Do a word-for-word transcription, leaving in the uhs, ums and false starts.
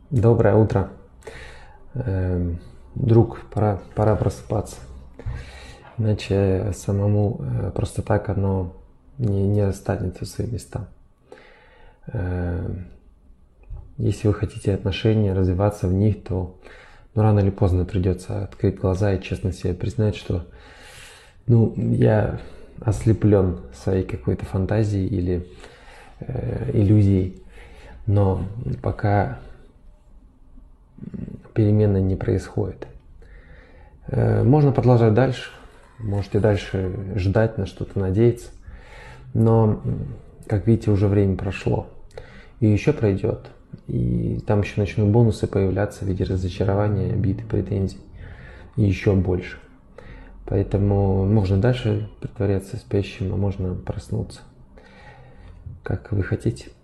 Доброе утро. Эм, Друг, пора, пора просыпаться. Иначе самому э, просто так оно не, не останется в свои места. Эм, Если вы хотите отношения, развиваться в них, то ну, рано или поздно придется открыть глаза и честно себе признать, что ну, я ослеплен своей какой-то фантазией или э, иллюзией. Но пока перемены не происходит. Можно продолжать дальше, можете дальше ждать, на что-то надеяться, но, как видите, уже время прошло, и еще пройдет, и там еще начнут бонусы появляться в виде разочарования, обид и претензий, и еще больше. Поэтому можно дальше притворяться спящим, а можно проснуться, как вы хотите.